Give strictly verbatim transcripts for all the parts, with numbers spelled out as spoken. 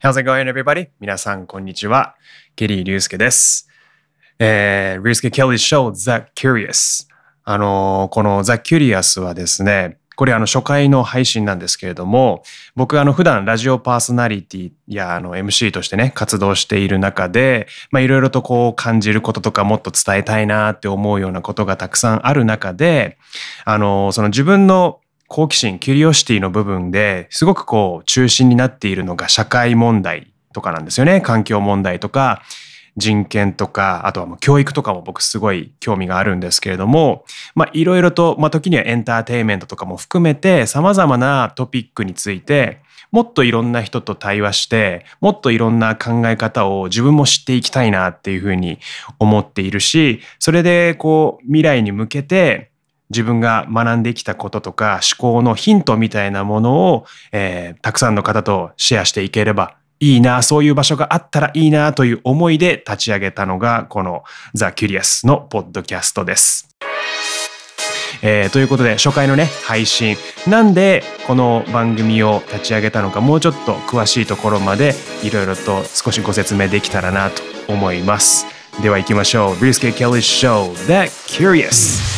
How's it going, everybody? 皆さん、こんにちは。ケリー龍介です。えー、龍介 Kelly's Show, The Curious。あのー、この The Curious はですね、これあの初回の配信なんですけれども、僕あの普段ラジオパーソナリティやあの エムシー としてね、活動している中で、まあいろいろとこう感じることとかもっと伝えたいなって思うようなことがたくさんある中で、あのー、その自分の好奇心、キュリオシティの部分ですごくこう中心になっているのが社会問題とかなんですよね。環境問題とか人権とか、あとはもう教育とかも僕すごい興味があるんですけれども、まあいろいろと、まあ時にはエンターテインメントとかも含めて様々なトピックについてもっといろんな人と対話して、もっといろんな考え方を自分も知っていきたいなっていうふうに思っているし、それでこう未来に向けて自分が学んできたこととか思考のヒントみたいなものを、えー、たくさんの方とシェアしていければいいな、そういう場所があったらいいなという思いで立ち上げたのがこの The Curious のポッドキャストです。えー、ということで初回のね配信、なんでこの番組を立ち上げたのか、もうちょっと詳しいところまでいろいろと少しご説明できたらなと思います。では行きましょう。 Bruce K. Kelly's Show, The Curious。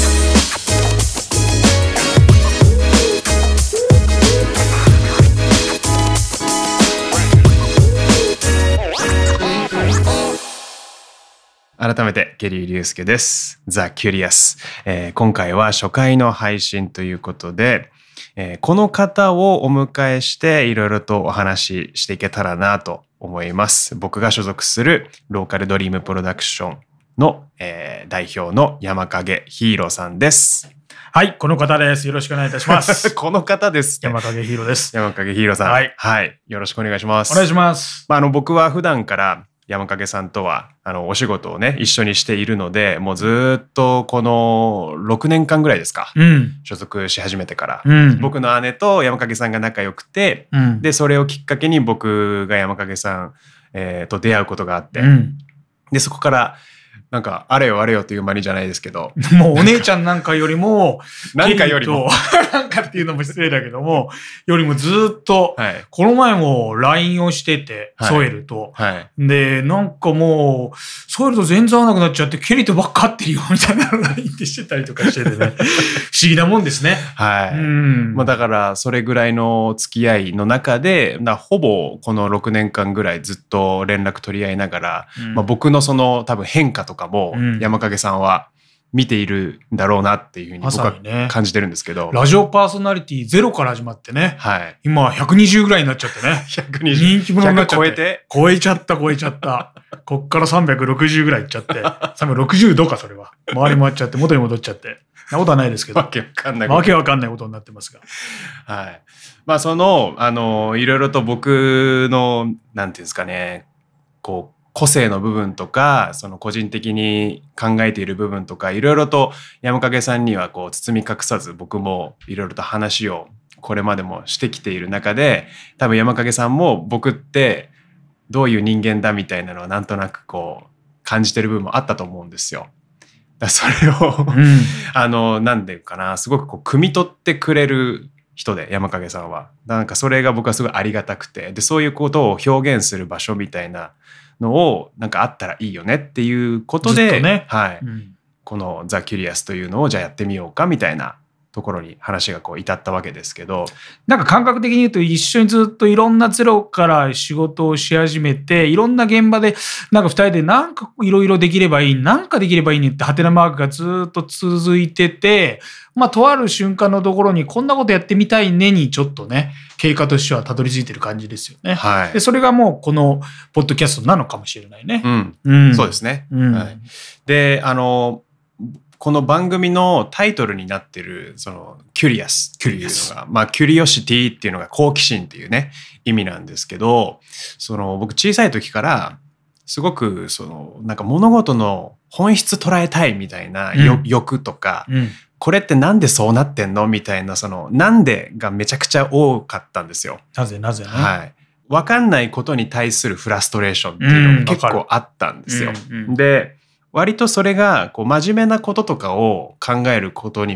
改めてケリー龍介です。The Curious、えー、今回は初回の配信ということで、えー、この方をお迎えしていろいろとお話ししていけたらなと思います。僕が所属するローカルドリームプロダクションの、えー、代表の山影ヒーローさんです。 はい、この方です。よろしくお願いいたします。 この方です、 ね。山影ヒーローです。 山影ヒーローさん。はい。はい。よろしくお願いします。 お願いします。 まあ、あの、僕は普段から山影さんとはあのお仕事をね一緒にしているので、もうずっとこのろくねんかんぐらいですか、うん、所属し始めてから、うん、僕の姉と山影さんが仲良くて、うん、でそれをきっかけに僕が山影さん、えー、と出会うことがあって、うん、でそこからなんかあれよあれよという間にじゃないですけど、 もうお姉ちゃんなんかよりもなんかよりもなんかっていうのも失礼だけどもよりもずっと、はい、この前も ライン をしてて、はい、ソエルと、はい、でなんかもうソエルと全然会わなくなっちゃってケリーとばっか会ってるよみたいな ライン ってしてたりとかしててね不思議なもんですね。 はい。うん、まあ、だからそれぐらいの付き合いの中でなほぼこのろくねんかんぐらいずっと連絡取り合いながら、うん、まあ、僕のその多分変化とかも山影さんは見ているんだろうなっていうふうに僕は感じてるんですけど、 ね、ラジオパーソナリティゼロから始まってね、はい、今はひゃくにじゅうぐらいになっちゃってねひゃくにじゅう人気者になっちゃってひゃく超えて超えちゃった超えちゃったこっからさんびゃくろくじゅうぐらいいっちゃってさんびゃくろくじゅうどかそれは回り回っちゃって元に戻っちゃってなことはないですけどわけわかんないわけわかんないことになってますが、 はい、まあそのあのいろいろと僕のなんていうんですかね、こう個性の部分とかその個人的に考えている部分とかいろいろと山影さんにはこう包み隠さず僕もいろいろと話をこれまでもしてきている中で、多分山影さんも僕ってどういう人間だみたいなのはなんとなくこう感じてる部分もあったと思うんですよ。だそれを、うん、あのなんでかな、すごくこう汲み取ってくれる人で山影さんはなんかそれが僕はすごいありがたくて、でそういうことを表現する場所みたいなのをなんかあったらいいよねっていうことで、ね、はい、うん、この The Curious というのをじゃあやってみようかみたいなところに話がこう至ったわけですけど、 なんか感覚的に言うと一緒にずっといろんなゼロから仕事をし始めて、いろんな現場でなんか二人でなんかいろいろできればいい、なんかできればいいねってハテナマークがずっと続いてて、まあとある瞬間のところにこんなことやってみたいねにちょっとね経過としてはたどり着いてる感じですよね。はい、でそれがもうこのポッドキャストなのかもしれないね。 うんうん、そうですね。うん、はい、であのこの番組のタイトルになってるそのキュリアスっていうのが、まあキュリオシティっていうのが好奇心っていうね意味なんですけど、その僕小さい時からすごくそのなんか物事の本質捉えたいみたいな、うん、欲とか、うん、これってなんでそうなってんのみたいなそのなんでがめちゃくちゃ多かったんですよ。 なぜなぜね。 はい。分かんないことに対するフラストレーションっていうのが結構あったんですよ。うんうん、で割とそれがこう真面目なこととかを考えることに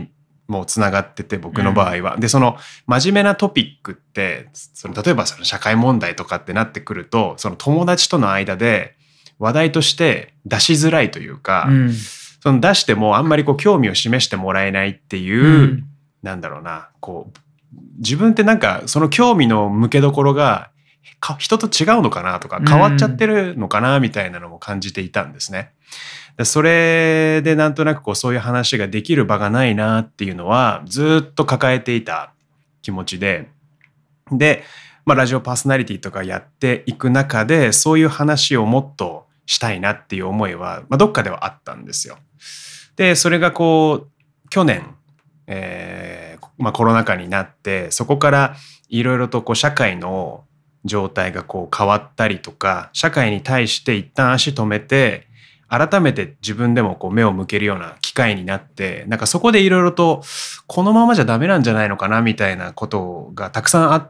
もうつながってて、僕の場合は、うん、でその真面目なトピックってその例えばその社会問題とかってなってくると、その友達との間で話題として出しづらいというか、うん、その出してもあんまりこう興味を示してもらえないっていう、うん、なんだろうな、こう自分ってなんかその興味の向けどころが人と違うのかなとか変わっちゃってるのかなみたいなのも感じていたんですね。それでなんとなくこうそういう話ができる場がないなっていうのはずっと抱えていた気持ちで、で、まあ、ラジオパーソナリティとかやっていく中でそういう話をもっとしたいなっていう思いは、まあ、どっかではあったんですよ。でそれがこう去年、えーまあ、コロナ禍になってそこからいろいろとこう社会の状態がこう変わったりとか、社会に対して一旦足止めて改めて自分でもこう目を向けるような機会になって、なんかそこでいろいろとこのままじゃダメなんじゃないのかなみたいなことがたくさんあって、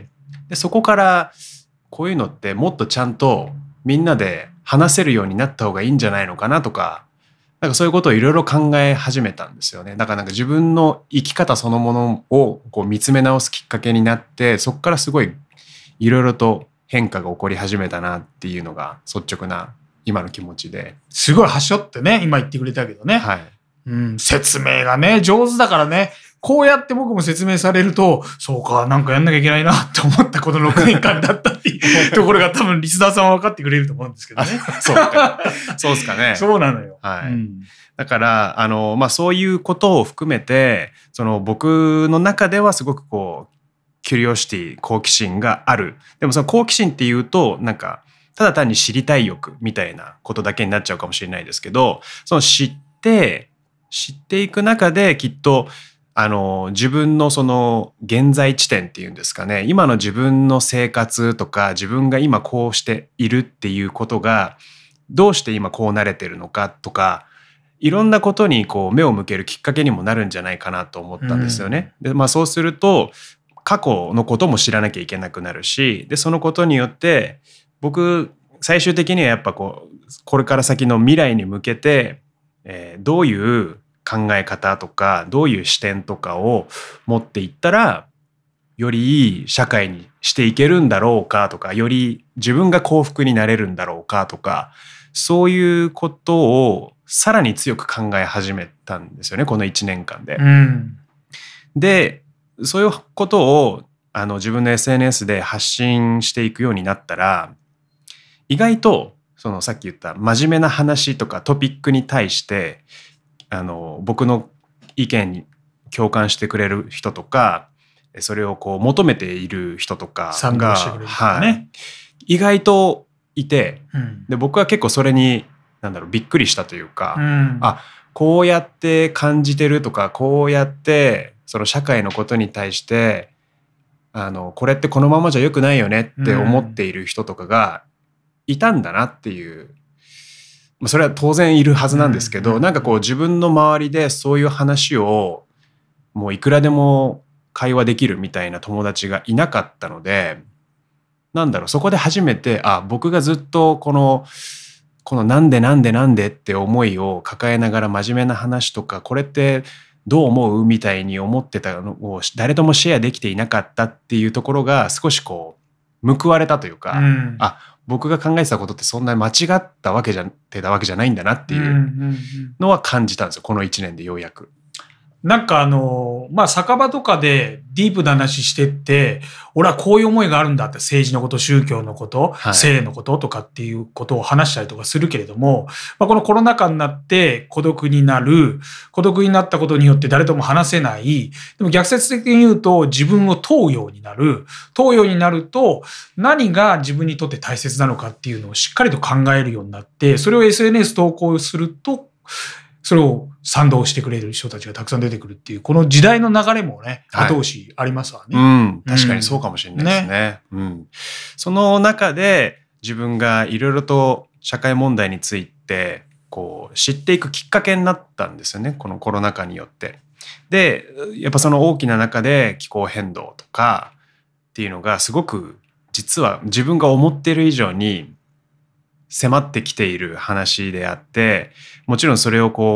でそこからこういうのってもっとちゃんとみんなで話せるようになった方がいいんじゃないのかなとか、なんかそういうことをいろいろ考え始めたんですよね。だからなんか自分の生き方そのものをこう見つめ直すきっかけになって、そこからすごいいろいろと変化が起こり始めたなっていうのが率直な今の気持ちで。 すごい端折ってね、今言ってくれたけどね。 はい。 うん、説明がね、上手だからね。こうやって僕も説明されると、そうか、なんかやんなきゃいけないなって思ったこのろくねんかんだったっていうところが多分リスナーさんは分かってくれると思うんですけどね。 そうか。そうですかね。 そうなのよ。 はい。うん、だから、あの、まあ、そういうことを含めて、その僕の中ではすごくこう、キュリオシティ、好奇心がある。でもその好奇心っていうと、なんか、ただ単に知りたい欲みたいなことだけになっちゃうかもしれないですけど、その知って知っていく中できっとあの自分のその現在地点っていうんですかね、今の自分の生活とか自分が今こうしているっていうことがどうして今こうなれてるのかとか、いろんなことにこう目を向けるきっかけにもなるんじゃないかなと思ったんですよね。うん、で、まあそうすると過去のことも知らなきゃいけなくなるし、でそのことによって僕最終的にはやっぱこうこれから先の未来に向けて、えー、どういう考え方とかどういう視点とかを持っていったらよりいい社会にしていけるんだろうかとか、より自分が幸福になれるんだろうかとか、そういうことをさらに強く考え始めたんですよね、このいちねんかんで。うん、でそういうことをあの自分の エスエヌエス で発信していくようになったら、意外とそのさっき言った真面目な話とかトピックに対してあの僕の意見に共感してくれる人とか、それをこう求めている人とかが、はい、意外といて、うん、で僕は結構それになんだろうびっくりしたというか、うん、あ、こうやって感じてるとか、こうやってその社会のことに対してあのこれってこのままじゃ良くないよねって思っている人とかがいたんだなっていう、まあ、それは当然いるはずなんですけど、うん、なんかこう自分の周りでそういう話をもういくらでも会話できるみたいな友達がいなかったので、なんだろう、そこで初めて、あ、僕がずっとこのこのなんでなんでなんでって思いを抱えながら真面目な話とか、これってどう思うみたいに思ってたのを誰ともシェアできていなかったっていうところが少しこう報われたというか、うん、あ、僕が考えてたことってそんなに間違ったわけじゃてたわけじゃないんだなっていうのは感じたんですよ、このいちねんでようやく。 なんかあの、まあ、酒場とかでディープな話してって、俺はこういう思いがあるんだって、政治のこと、宗教のこと、はい、性のこととかっていうことを話したりとかするけれども、まあ、このコロナ禍になって孤独になる、孤独になったことによって誰とも話せない、でも逆説的に言うと自分を問うようになる、問うようになると何が自分にとって大切なのかっていうのをしっかりと考えるようになって、それを エスエヌエス 投稿すると、それを賛同してくれる人たちがたくさん出てくるっていう、この時代の流れもね、後押しありますわね。 はい、うん、確かにそうかもしれないですね。ね、うん、その中で自分がいろいろと社会問題についてこう知っていくきっかけになったんですよね、このコロナ禍によって。で、やっぱその大きな中で気候変動とかっていうのがすごく実は自分が思っている以上に迫ってきている話であって、もちろんそれをこう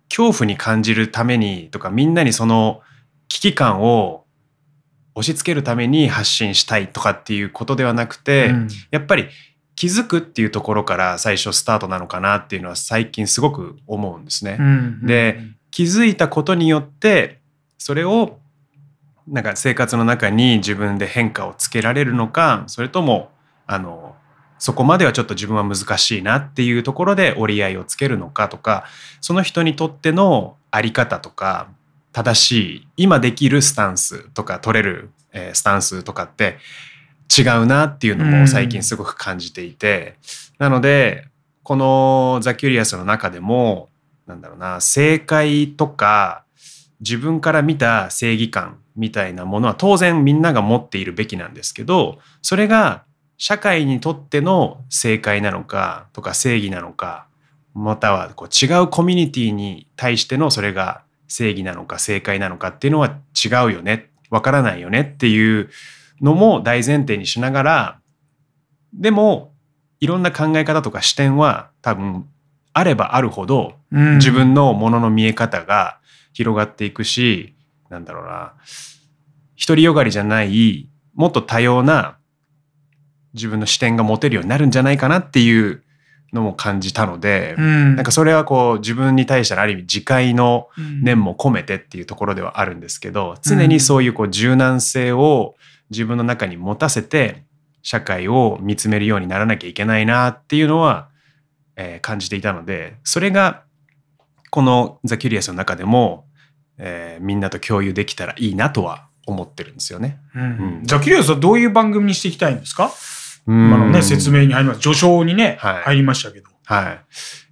恐怖に感じるためにとか、みんなにその危機感を押し付けるために発信したいとかっていうことではなくて、うん、やっぱり気づくっていうところから最初スタートなのかなっていうのは最近すごく思うんですね。うん、で、気づいたことによってそれをなんか生活の中に自分で変化をつけられるのか、それともあのそこまではちょっと自分は難しいなっていうところで折り合いをつけるのかとか、その人にとってのあり方とか正しい今できるスタンスとか取れる、えー、スタンスとかって違うなっていうのも最近すごく感じていて、うん、なのでこのザ・キュリアスの中でもなんだろうな、正解とか自分から見た正義感みたいなものは当然みんなが持っているべきなんですけど、それが社会にとっての正解なのかとか正義なのか、またはこう違うコミュニティに対してのそれが正義なのか正解なのかっていうのは違うよね、わからないよねっていうのも大前提にしながら、でもいろんな考え方とか視点は多分あればあるほど自分のものの見え方が広がっていくし、うん、なんだろうな、独りよがりじゃないもっと多様な自分の視点が持てるようになるんじゃないかなっていうのも感じたので、うん、なんかそれはこう自分に対してのある意味自戒の念も込めてっていうところではあるんですけど、常にそういうこう柔軟性を自分の中に持たせて社会を見つめるようにならなきゃいけないなっていうのは、えー、感じていたので、それがこのザ・キュリアスの中でも、えー、みんなと共有できたらいいなとは思ってるんですよね。 うんうん、ザ・キュリアスはどういう番組にしていきたいんですか？今のね、説明に入ります。序章にね、はい、入りましたけど。 はい。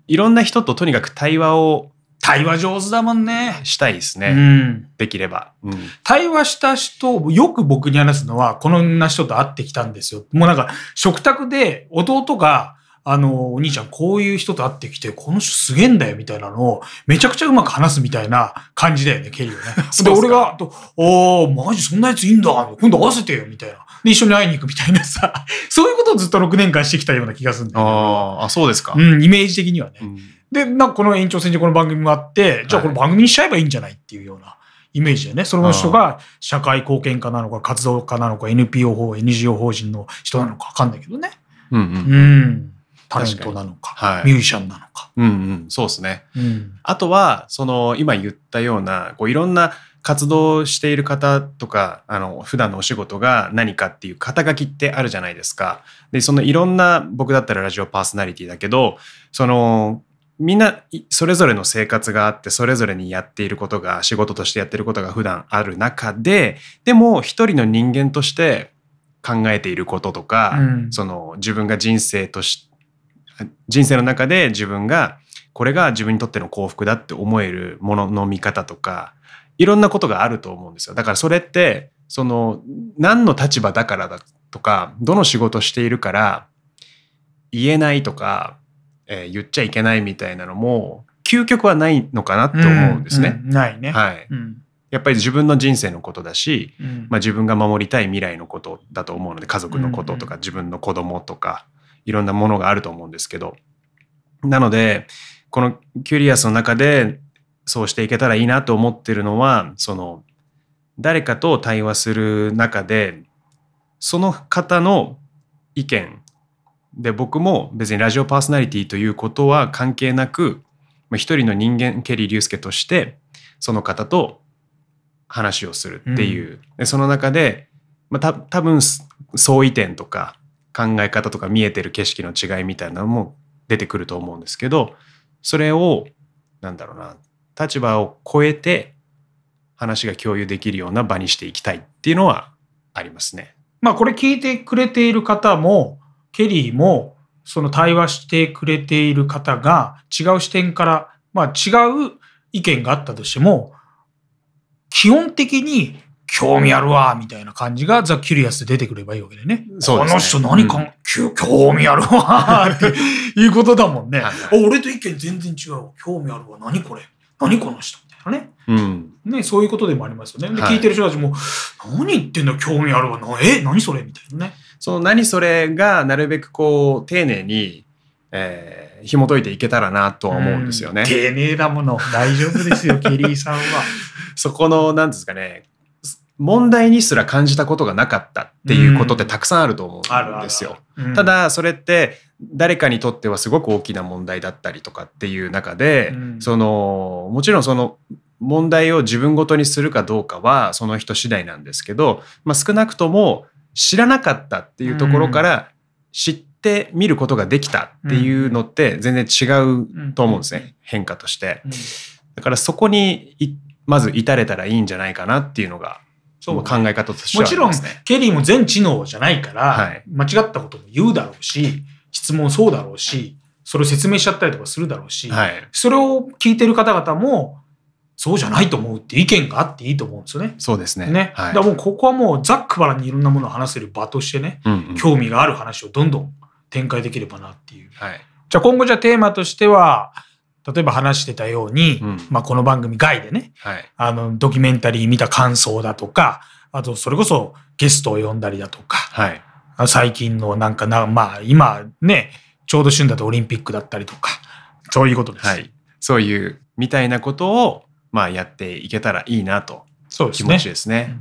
いろんな人ととにかく対話を。 対話上手だもんね。 したいですね。うん、できれば、うん。 対話した人、よく僕に話すのは、こんな人と会ってきたんですよ。もうなんか、食卓で弟が、あの、お兄ちゃんこういう人と会ってきて、この人すげえんだよみたいなのを、めちゃくちゃうまく話すみたいな感じだよね、ケリーはね。で、俺が、おー、マジそんなやついいんだ。今度会わせてよ、みたいな。で、一緒に会いに行くみたいなさ、そういうことをずっとろくねんかんしてきたような気がするんだよね。 ああ、そうですか。 うん、イメージ的にはね。うん、で、なんかこの延長線上この番組があって、じゃあこの番組にしちゃえばいいんじゃないっていうようなイメージでね。その人が社会貢献家なのか、活動家なのか、エヌピーオー 法、エヌジーオー 法人の人なのかわかんないけどね。うん、うん。うんタレントなのか、はい、ミュージシャンなのか。 うんうん、そうですね。うん、あとは、その、今言ったような、こういろんな活動している方とか、あの、普段のお仕事が何かっていう肩書きってあるじゃないですか。で、そのいろんな、僕だったらラジオパーソナリティだけど、その、みんなそれぞれの生活があって、それぞれにやっていることが、仕事としてやっていることが普段ある中で、でも一人の人間として考えていることとか、うん、その自分が人生として、人生の中で自分がこれが自分にとっての幸福だって思えるものの見方とかいろんなことがあると思うんですよ。だからそれってその何の立場だからだとかどの仕事しているから言えないとか、えー、言っちゃいけないみたいなのも究極はないのかなって思うんですね。 うんうん、ないね。 はい。うん、やっぱり自分の人生のことだし、うんまあ、自分が守りたい未来のことだと思うので家族のこととか自分の子供とかいろんなものがあると思うんですけど、なのでこのキュリアスの中でそうしていけたらいいなと思ってるのは、その誰かと対話する中でその方の意見で僕も別にラジオパーソナリティということは関係なく一人の人間ケリー龍介としてその方と話をするっていう、うん、でその中で、まあ、た多分相違点とか考え方とか見えてる景色の違いみたいなのも出てくると思うんですけど、それをなんだろうな、立場を超えて話が共有できるような場にしていきたいっていうのはありますね。 まあこれ聞いてくれている方もケリーもその対話してくれている方が違う視点からまあ違う意見があったとしても基本的に興味あるわみたいな感じがザ・キュリアスで出てくればいいわけでね。そうですね。この人何か、うん、興味あるわっていうことだもんね。はいはい、俺と意見全然違う。興味あるわ。何これ何この人みたいなね。うん、ね、そういうことでもありますよね。で、はい、聞いてる人たちも何言ってんだ興味あるわ。え何それみたいなね。 その何それがなるべくこう丁寧にえー、紐解いていけたらなとは思うんですよね。 うん、丁寧だもの大丈夫ですよケリーさんは。 そこの何ですかね、問題にすら感じたことがなかったっていうことってたくさんあると思うんですよ。ただそれって誰かにとってはすごく大きな問題だったりとかっていう中で、うん、そのもちろんその問題を自分ごとにするかどうかはその人次第なんですけど、まあ、少なくとも知らなかったっていうところから知ってみることができたっていうのって全然違うと思うんですね、変化として。だからそこにまず至れたらいいんじゃないかなっていうのがそう考え方としてはありますね。 もちろんケリーも全知能じゃないから、はい、間違ったことも言うだろうし、質問そうだろうし、それを説明しちゃったりとかするだろうし、はい、それを聞いてる方々もそうじゃないと思うって意見があっていいと思うんですよね。 そうですね。 ね、はい、だからもうここはもうざっくばらんにいろんなものを話せる場としてね、うんうん、興味がある話をどんどん展開できればなっていう。はい、じゃあ今後じゃあテーマとしては、例えば話してたように、うん、まあこの番組外でね、はい、あのドキュメンタリー見た感想だとか、あとそれこそゲストを呼んだりだとか、はい、最近のなんかな、まあ今ね、ちょうど旬だとオリンピックだったりとか、そういうことです。はい、 そういうみたいなことをまあやっていけたらいいなという気持ちですね。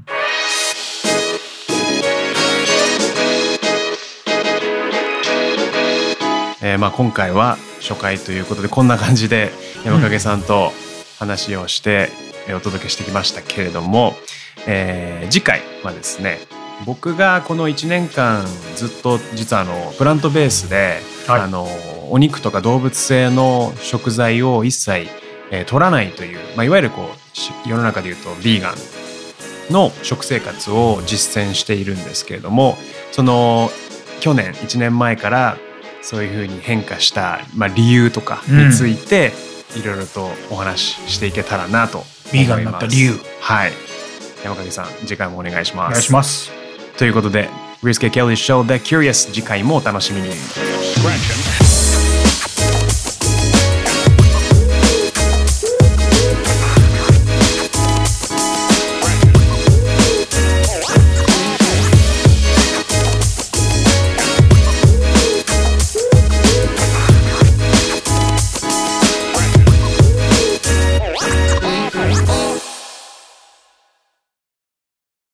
えー、まあ今回は初回ということでこんな感じで山影さんと話をしてお届けしてきましたけれども、えー、次回はですね、僕がこのいちねんかんずっと実はあのプラントベースで、はい、あのお肉とか動物性の食材を一切、えー、取らないという、まあ、いわゆるこう世の中でいうとビーガンの食生活を実践しているんですけれども、その去年いちねんまえからそういうふうに変化した、まあ、理由とかについていろいろとお話ししていけたらなと思います。 ビーガンになった理由。 はい。山影さん、次回もお願いします。 お願いします。 ということで、Ryusuke Kelly's Show The Curious、次回もお楽しみに。